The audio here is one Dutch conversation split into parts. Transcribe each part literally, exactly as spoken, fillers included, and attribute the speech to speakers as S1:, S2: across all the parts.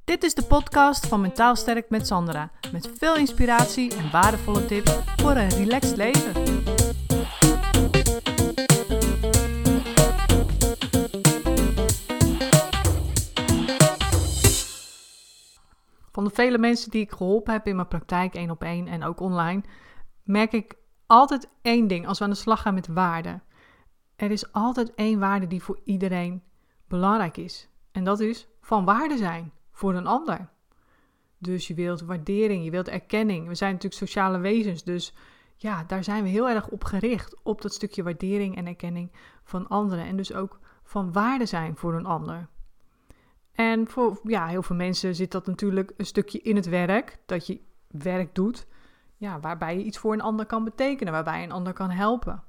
S1: Dit is de podcast van Mentaal Sterk met Sandra. Met veel inspiratie en waardevolle tips voor een relaxed leven. Van de vele mensen die ik geholpen heb in mijn praktijk, één op één en ook online, merk ik altijd één ding als we aan de slag gaan met waarden. Er is altijd één waarde die voor iedereen belangrijk is. En dat is van waarde zijn voor een ander. Dus je wilt waardering, je wilt erkenning. We zijn natuurlijk sociale wezens, dus ja, daar zijn we heel erg op gericht. Op dat stukje waardering en erkenning van anderen. En dus ook van waarde zijn voor een ander. En voor ja, heel veel mensen zit dat natuurlijk een stukje in het werk. Dat je werk doet, ja, waarbij je iets voor een ander kan betekenen. Waarbij je een ander kan helpen.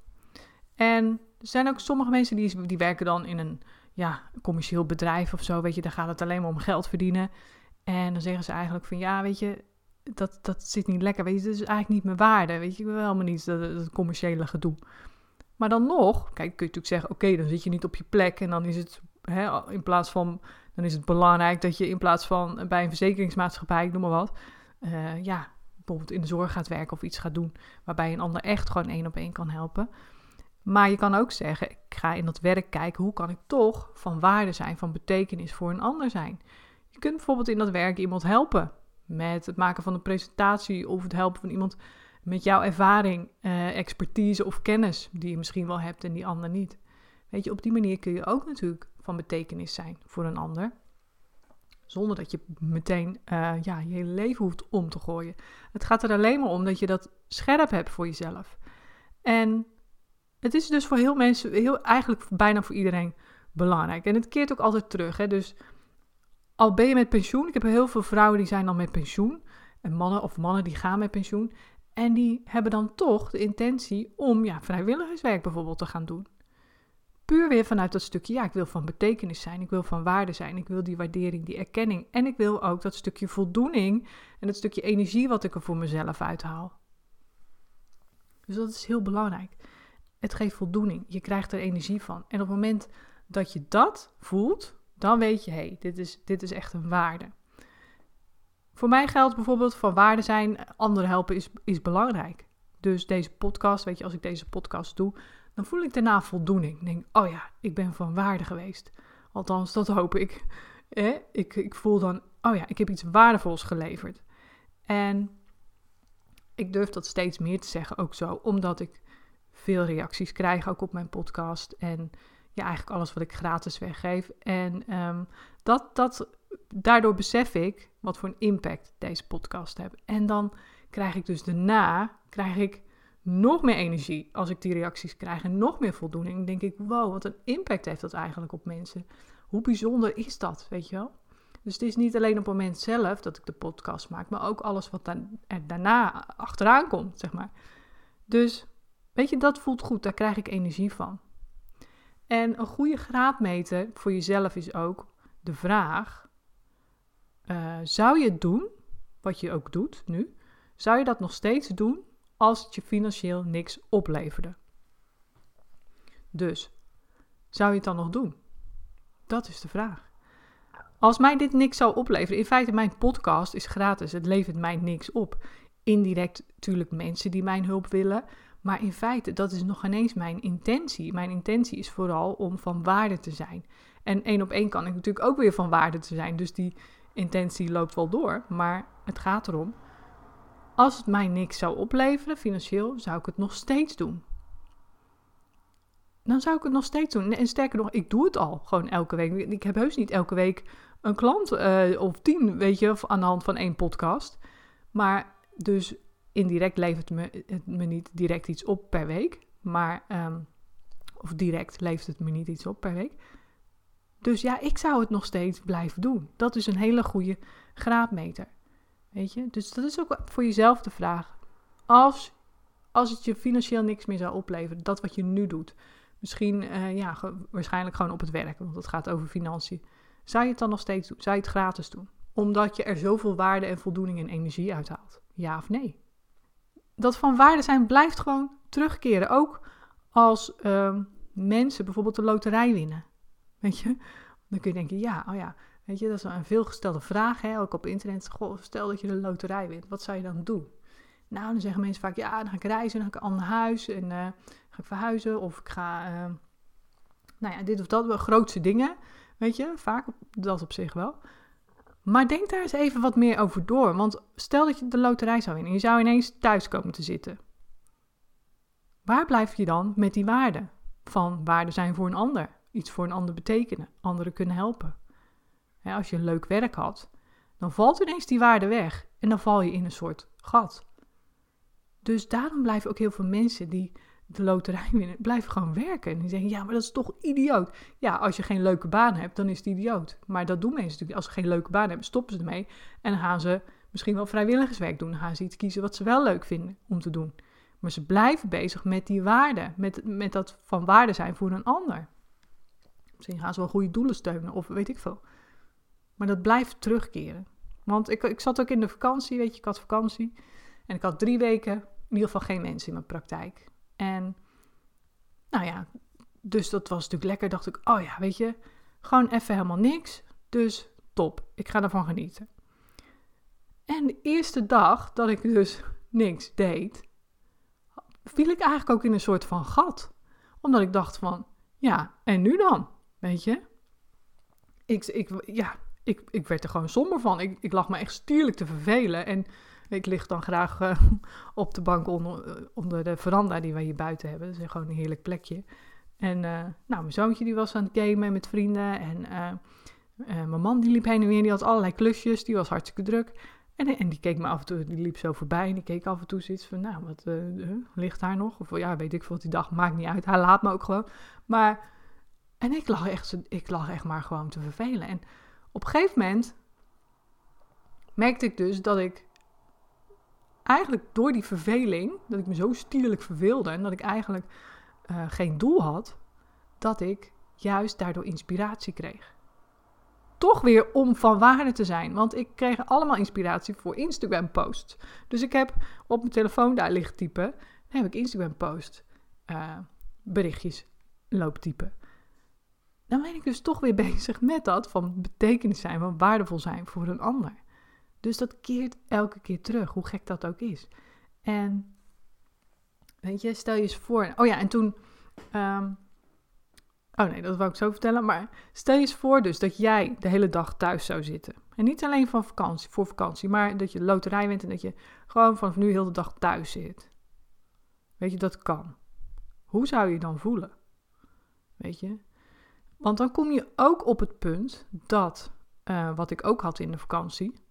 S1: En er zijn ook sommige mensen die, die werken dan in een ja, commercieel bedrijf of zo. Weet je, daar gaat het alleen maar om geld verdienen. En dan zeggen ze eigenlijk van ja, weet je, dat, dat zit niet lekker. Weet je, dat is eigenlijk niet mijn waarde. Weet je, ik wil helemaal niet dat, dat commerciële gedoe. Maar dan nog, kijk, kun je natuurlijk zeggen, oké, okay, dan zit je niet op je plek. En dan is het, hè, in plaats van, dan is het belangrijk dat je in plaats van bij een verzekeringsmaatschappij, ik noem maar wat, uh, ja, bijvoorbeeld in de zorg gaat werken of iets gaat doen, waarbij je een ander echt gewoon één op één kan helpen. Maar je kan ook zeggen, ik ga in dat werk kijken, hoe kan ik toch van waarde zijn, van betekenis voor een ander zijn. Je kunt bijvoorbeeld in dat werk iemand helpen met het maken van een presentatie of het helpen van iemand met jouw ervaring, eh, expertise of kennis die je misschien wel hebt en die ander niet. Weet je, op die manier kun je ook natuurlijk van betekenis zijn voor een ander. Zonder dat je meteen uh, ja, je hele leven hoeft om te gooien. Het gaat er alleen maar om dat je dat scherp hebt voor jezelf. En het is dus voor heel mensen, heel, eigenlijk bijna voor iedereen belangrijk. En het keert ook altijd terug. Hè? Dus al ben je met pensioen, ik heb heel veel vrouwen die zijn dan met pensioen. En mannen of mannen die gaan met pensioen. En die hebben dan toch de intentie om ja, vrijwilligerswerk bijvoorbeeld te gaan doen. Puur weer vanuit dat stukje, ja, ik wil van betekenis zijn, ik wil van waarde zijn, ik wil die waardering, die erkenning. En ik wil ook dat stukje voldoening en dat stukje energie wat ik er voor mezelf uithaal. Dus dat is heel belangrijk. Het geeft voldoening, je krijgt er energie van. En op het moment dat je dat voelt, dan weet je, hé, hey, dit is, dit is echt een waarde. Voor mij geldt bijvoorbeeld van waarde zijn, anderen helpen is, is belangrijk. Dus deze podcast, weet je, als ik deze podcast doe, dan voel ik daarna voldoening. Ik denk, oh ja, ik ben van waarde geweest. Althans, dat hoop ik. Eh? Ik, ik voel dan, oh ja, ik heb iets waardevols geleverd. En ik durf dat steeds meer te zeggen, ook zo, omdat ik veel reacties krijg, ook op mijn podcast. En ja, eigenlijk alles wat ik gratis weggeef. En um, dat, dat, daardoor besef ik wat voor een impact deze podcast heeft. En dan krijg ik dus daarna, krijg ik nog meer energie als ik die reacties krijg en nog meer voldoening. Dan denk ik, wow, wat een impact heeft dat eigenlijk op mensen. Hoe bijzonder is dat, weet je wel? Dus het is niet alleen op het moment zelf dat ik de podcast maak, maar ook alles wat er daarna achteraan komt, zeg maar. Dus, weet je, dat voelt goed, daar krijg ik energie van. En een goede graadmeter voor jezelf is ook de vraag, uh, zou je het doen, wat je ook doet nu, zou je dat nog steeds doen als het je financieel niks opleverde? Dus, zou je het dan nog doen? Dat is de vraag. Als mij dit niks zou opleveren, in feite mijn podcast is gratis, het levert mij niks op. Indirect natuurlijk mensen die mijn hulp willen, maar in feite dat is nog ineens mijn intentie. Mijn intentie is vooral om van waarde te zijn. En één op één kan ik natuurlijk ook weer van waarde te zijn, dus die intentie loopt wel door, maar het gaat erom, als het mij niks zou opleveren, financieel, zou ik het nog steeds doen. Dan zou ik het nog steeds doen. En sterker nog, ik doe het al gewoon elke week. Ik heb heus niet elke week een klant uh, of tien, weet je, aan de hand van één podcast. Maar dus indirect levert me, het me niet direct iets op per week. Maar, um, of direct levert het me niet iets op per week. Dus ja, ik zou het nog steeds blijven doen. Dat is een hele goede graadmeter. Weet je? Dus dat is ook voor jezelf de vraag. Als, als het je financieel niks meer zou opleveren, dat wat je nu doet. Misschien, uh, ja, ge- waarschijnlijk gewoon op het werk, want het gaat over financiën. Zou je het dan nog steeds doen? Zou je het gratis doen? Omdat je er zoveel waarde en voldoening en energie uithaalt. Ja of nee? Dat van waarde zijn blijft gewoon terugkeren. Ook als uh, mensen bijvoorbeeld de loterij winnen. Weet je? Dan kun je denken, ja, oh ja, Weet je, dat is een veelgestelde vraag, hè? Ook op internet. Goh, stel dat je de loterij wint, wat zou je dan doen? Nou, dan zeggen mensen vaak, ja, dan ga ik reizen, dan ga ik een ander huis en uh, ga ik verhuizen of ik ga, uh, nou ja, dit of dat, wel grootste dingen, weet je, vaak dat op zich wel. Maar denk daar eens even wat meer over door, want stel dat je de loterij zou winnen en je zou ineens thuis komen te zitten. Waar blijf je dan met die waarden? Van waarde zijn voor een ander, iets voor een ander betekenen, anderen kunnen helpen. Ja, als je een leuk werk had, dan valt ineens die waarde weg en dan val je in een soort gat. Dus daarom blijven ook heel veel mensen die de loterij winnen, blijven gewoon werken. En die zeggen, ja, maar dat is toch idioot. Ja, als je geen leuke baan hebt, dan is het idioot. Maar dat doen mensen natuurlijk. Als ze geen leuke baan hebben, stoppen ze ermee. En dan gaan ze misschien wel vrijwilligerswerk doen. Dan gaan ze iets kiezen wat ze wel leuk vinden om te doen. Maar ze blijven bezig met die waarde. Met, met dat van waarde zijn voor een ander. Misschien gaan ze wel goede doelen steunen of weet ik veel. Maar dat blijft terugkeren. Want ik, ik zat ook in de vakantie, weet je, ik had vakantie. En ik had drie weken in ieder geval geen mensen in mijn praktijk. En nou ja, dus dat was natuurlijk lekker. Dacht ik, oh ja, weet je, gewoon even helemaal niks. Dus top, ik ga ervan genieten. En de eerste dag dat ik dus niks deed, viel ik eigenlijk ook in een soort van gat. Omdat ik dacht van, ja, en nu dan? Weet je? Ik, ik, ja, ik, ik werd er gewoon somber van. Ik, ik lag me echt stierlijk te vervelen. En ik lig dan graag uh, op de bank onder, uh, onder de veranda die wij hier buiten hebben. Dat is gewoon een heerlijk plekje. En uh, nou, mijn zoontje die was aan het gamen met vrienden. En uh, uh, mijn man die liep heen en weer. Die had allerlei klusjes. Die was hartstikke druk. En, en die keek me af en toe, die liep zo voorbij. En die keek af en toe zoiets van, nou, wat uh, uh, ligt daar nog? Of ja, weet ik veel wat die dag. Maakt niet uit. Hij laat me ook gewoon. Maar, en ik lag echt, ik lag echt maar gewoon te vervelen. En op een gegeven moment merkte ik dus dat ik eigenlijk door die verveling, dat ik me zo stierlijk verveelde en dat ik eigenlijk uh, geen doel had, dat ik juist daardoor inspiratie kreeg. Toch weer om van waarde te zijn, want ik kreeg allemaal inspiratie voor Instagram posts. Dus ik heb op mijn telefoon daar liggen typen, dan heb ik Instagram post uh, berichtjes lopen typen. Dan ben ik dus toch weer bezig met dat van betekenis zijn, van waardevol zijn voor een ander. Dus dat keert elke keer terug, hoe gek dat ook is. En weet je, stel je eens voor. Oh ja, en toen. Um, oh nee, dat wou ik zo vertellen. Maar stel je eens voor dus dat jij de hele dag thuis zou zitten. En niet alleen van vakantie, voor vakantie, maar dat je loterij wint en dat je gewoon vanaf nu heel de dag thuis zit. Weet je, dat kan. Hoe zou je je dan voelen? Weet je? Want dan kom je ook op het punt dat, uh, wat ik ook had in de vakantie,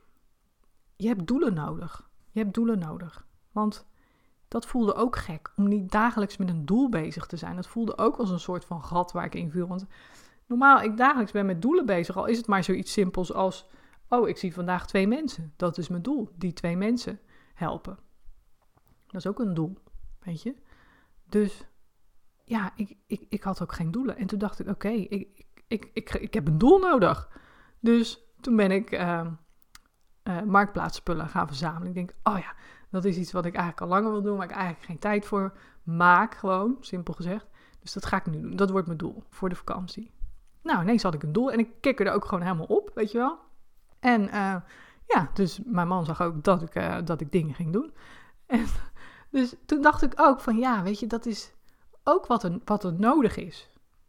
S1: je hebt doelen nodig. Je hebt doelen nodig. Want dat voelde ook gek, om niet dagelijks met een doel bezig te zijn. Dat voelde ook als een soort van gat waar ik in viel. Want normaal, ik dagelijks ben met doelen bezig, al is het maar zoiets simpels als, oh, ik zie vandaag twee mensen. Dat is mijn doel, die twee mensen helpen. Dat is ook een doel, weet je. Dus ja, ik, ik, ik had ook geen doelen. En toen dacht ik, oké, okay, ik, ik, ik, ik heb een doel nodig. Dus toen ben ik uh, uh, marktplaatsspullen gaan verzamelen. Ik denk, oh ja, dat is iets wat ik eigenlijk al langer wil doen, maar ik eigenlijk geen tijd voor maak, gewoon, simpel gezegd. Dus dat ga ik nu doen. Dat wordt mijn doel voor de vakantie. Nou, ineens had ik een doel en ik kikkerde ook gewoon helemaal op, weet je wel. En uh, ja, dus mijn man zag ook dat ik, uh, dat ik dingen ging doen. En dus toen dacht ik ook van, ja, weet je, dat is ook wat er, wat er nodig is.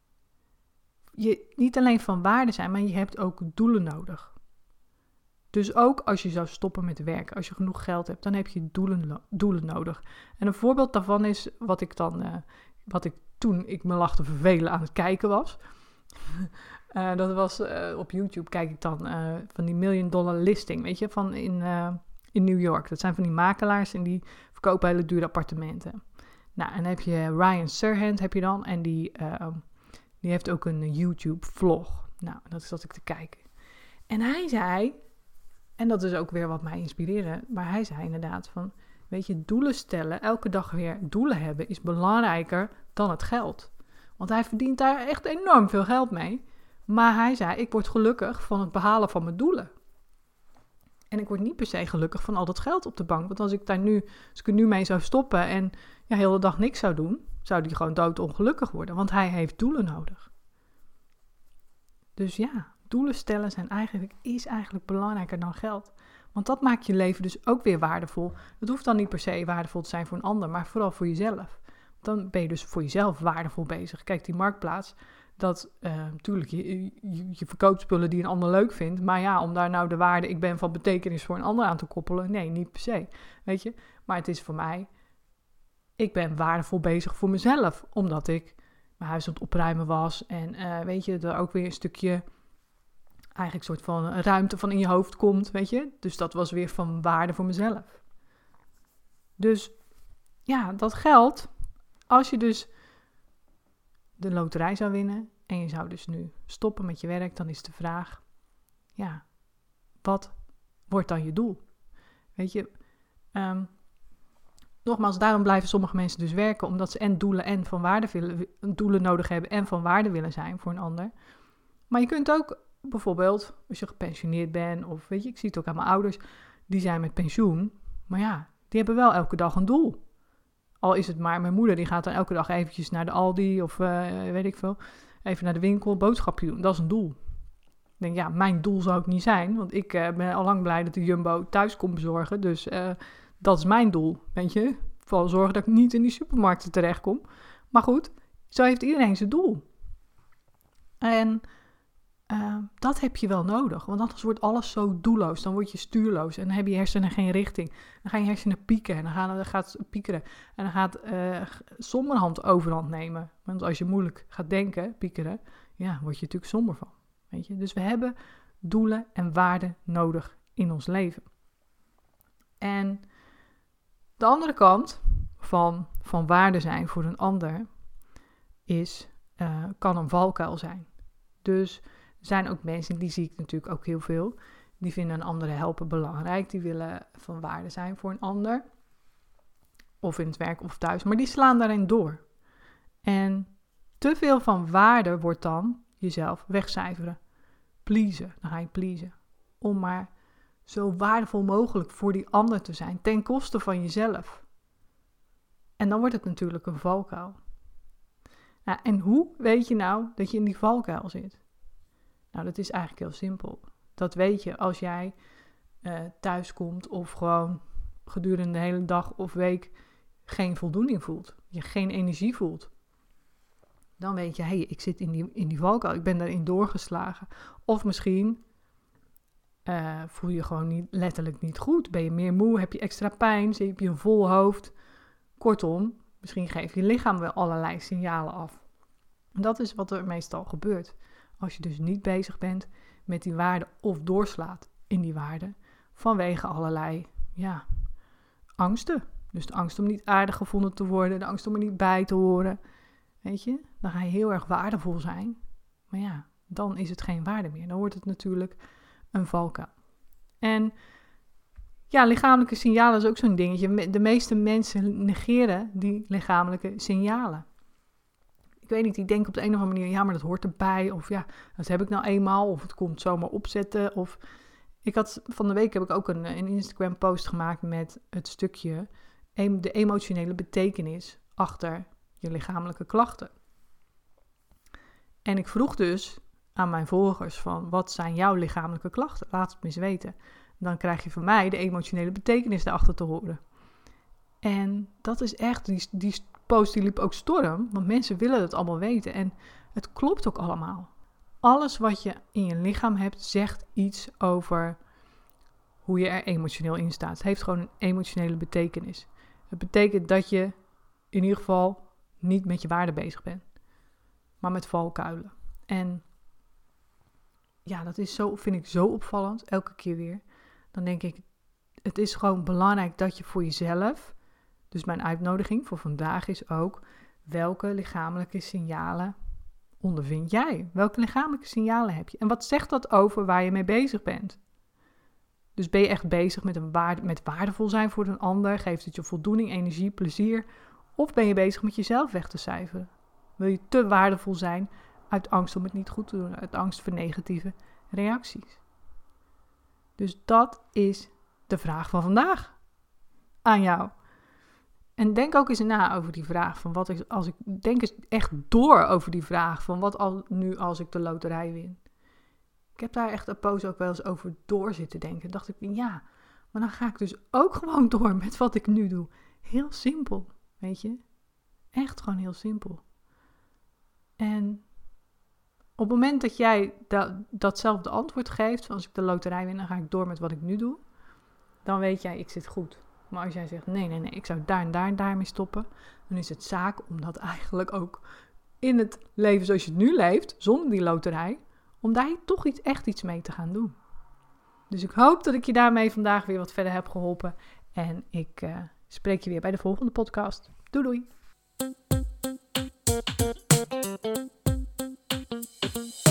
S1: Je, niet alleen van waarde zijn, maar je hebt ook doelen nodig. Dus ook als je zou stoppen met werken, als je genoeg geld hebt, dan heb je doelen, doelen nodig. En een voorbeeld daarvan is wat ik dan, uh, wat ik toen ik me lag te vervelen aan het kijken was. uh, dat was uh, op YouTube kijk ik dan uh, van die million dollar listing, weet je, van in, uh, in New York. Dat zijn van die makelaars en die verkopen hele dure appartementen. Nou, en dan heb je Ryan Serhant heb je dan en die, uh, die heeft ook een YouTube vlog. Nou, dat zat ik te kijken. En hij zei, en dat is ook weer wat mij inspireerde, maar hij zei inderdaad van, weet je, doelen stellen, elke dag weer doelen hebben, is belangrijker dan het geld. Want hij verdient daar echt enorm veel geld mee. Maar hij zei, ik word gelukkig van het behalen van mijn doelen. En ik word niet per se gelukkig van al dat geld op de bank. Want als ik daar nu, als ik er nu mee zou stoppen en ja, heel de dag niks zou doen, zou die gewoon doodongelukkig worden. Want hij heeft doelen nodig. Dus ja, doelen stellen zijn eigenlijk, is eigenlijk belangrijker dan geld. Want dat maakt je leven dus ook weer waardevol. Het hoeft dan niet per se waardevol te zijn voor een ander, maar vooral voor jezelf. Dan ben je dus voor jezelf waardevol bezig. Kijk, die marktplaats, dat uh, natuurlijk, je, je, je verkoopt spullen die een ander leuk vindt. Maar ja, om daar nou de waarde, ik ben van betekenis voor een ander aan te koppelen. Nee, niet per se, weet je. Maar het is voor mij, ik ben waardevol bezig voor mezelf. Omdat ik mijn huis aan het opruimen was. En uh, weet je, er ook weer een stukje, eigenlijk een soort van ruimte van in je hoofd komt, weet je. Dus dat was weer van waarde voor mezelf. Dus ja, dat geldt als je dus de loterij zou winnen en je zou dus nu stoppen met je werk, dan is de vraag, ja, wat wordt dan je doel? Weet je, um, nogmaals, daarom blijven sommige mensen dus werken, omdat ze en doelen en van waarde willen, doelen nodig hebben en van waarde willen zijn voor een ander. Maar je kunt ook bijvoorbeeld, als je gepensioneerd bent, of weet je, ik zie het ook aan mijn ouders, die zijn met pensioen, maar ja, die hebben wel elke dag een doel. Al is het maar, mijn moeder die gaat dan elke dag eventjes naar de Aldi of uh, weet ik veel, even naar de winkel, boodschapje doen. Dat is een doel. Ik denk, ja, mijn doel zou het niet zijn, want ik uh, ben al lang blij dat de Jumbo thuis komt bezorgen. Dus uh, dat is mijn doel, weet je. Vooral zorgen dat ik niet in die supermarkten terechtkom. Maar goed, zo heeft iedereen zijn doel. En uh, dat heb je wel nodig, want anders wordt alles zo doelloos. Dan word je stuurloos en dan heb je hersenen geen richting. Dan gaan je hersenen pieken en dan, gaan, dan gaat het piekeren. En dan gaat uh, somberhand overhand nemen. Want als je moeilijk gaat denken, piekeren, ja, word je natuurlijk somber van. Weet je? Dus we hebben doelen en waarden nodig in ons leven. En de andere kant van, van waarde zijn voor een ander is, uh, kan een valkuil zijn. Dus er zijn ook mensen, die zie ik natuurlijk ook heel veel, die vinden een andere helpen belangrijk. Die willen van waarde zijn voor een ander. Of in het werk of thuis. Maar die slaan daarin door. En te veel van waarde wordt dan jezelf wegcijferen. Pleasen, dan ga je pleasen. Om maar zo waardevol mogelijk voor die ander te zijn. Ten koste van jezelf. En dan wordt het natuurlijk een valkuil. Nou, en hoe weet je nou dat je in die valkuil zit? Nou, dat is eigenlijk heel simpel. Dat weet je als jij uh, thuis komt of gewoon gedurende de hele dag of week geen voldoening voelt. Je geen energie voelt. Dan weet je, hé, hey, ik zit in die, in die valkuil. Ik ben daarin doorgeslagen. Of misschien uh, voel je gewoon niet, letterlijk niet goed. Ben je meer moe, heb je extra pijn, heb je een vol hoofd. Kortom, misschien geeft je lichaam wel allerlei signalen af. En dat is wat er meestal gebeurt. Als je dus niet bezig bent met die waarde of doorslaat in die waarde vanwege allerlei ja, angsten. Dus de angst om niet aardig gevonden te worden, de angst om er niet bij te horen. Weet je, dan ga je heel erg waardevol zijn. Maar ja, dan is het geen waarde meer. Dan wordt het natuurlijk een valkuil. En ja, lichamelijke signalen is ook zo'n dingetje. De meeste mensen negeren die lichamelijke signalen. Ik weet niet, die denken op de een of andere manier, ja, maar dat hoort erbij. Of ja, dat heb ik nou eenmaal. Of het komt zomaar opzetten. Of ik had, van de week heb ik ook een, een Instagram post gemaakt met het stukje de emotionele betekenis achter je lichamelijke klachten. En ik vroeg dus aan mijn volgers van, wat zijn jouw lichamelijke klachten? Laat het me eens weten. Dan krijg je van mij de emotionele betekenis daarachter te horen. En dat is echt, die, die post die liep ook storm, want mensen willen het allemaal weten. En het klopt ook allemaal. Alles wat je in je lichaam hebt, zegt iets over hoe je er emotioneel in staat. Het heeft gewoon een emotionele betekenis. Het betekent dat je in ieder geval niet met je waarde bezig bent, maar met valkuilen. En ja, dat is zo, vind ik zo opvallend, elke keer weer. Dan denk ik, het is gewoon belangrijk dat je voor jezelf, dus mijn uitnodiging voor vandaag is ook, welke lichamelijke signalen ondervind jij? Welke lichamelijke signalen heb je? En wat zegt dat over waar je mee bezig bent? Dus ben je echt bezig met, een waarde, met waardevol zijn voor een ander? Geeft het je voldoening, energie, plezier? Of ben je bezig met jezelf weg te cijferen? Wil je te waardevol zijn uit angst om het niet goed te doen? Uit angst voor negatieve reacties? Dus dat is de vraag van vandaag aan jou. En denk ook eens na over die vraag van wat ik, als ik denk eens echt door over die vraag van wat al, nu als ik de loterij win. Ik heb daar echt een poos ook wel eens over door zitten denken. Dacht ik, ja, maar dan ga ik dus ook gewoon door met wat ik nu doe. Heel simpel, weet je. Echt gewoon heel simpel. En op het moment dat jij dat, datzelfde antwoord geeft, van als ik de loterij win, dan ga ik door met wat ik nu doe. Dan weet jij, ik zit goed. Maar als jij zegt, nee, nee, nee, ik zou daar en daar en daar mee stoppen, dan is het zaak om dat eigenlijk ook in het leven zoals je het nu leeft, zonder die loterij, om daar toch iets, echt iets mee te gaan doen. Dus ik hoop dat ik je daarmee vandaag weer wat verder heb geholpen. En ik uh, spreek je weer bij de volgende podcast. Doei doei!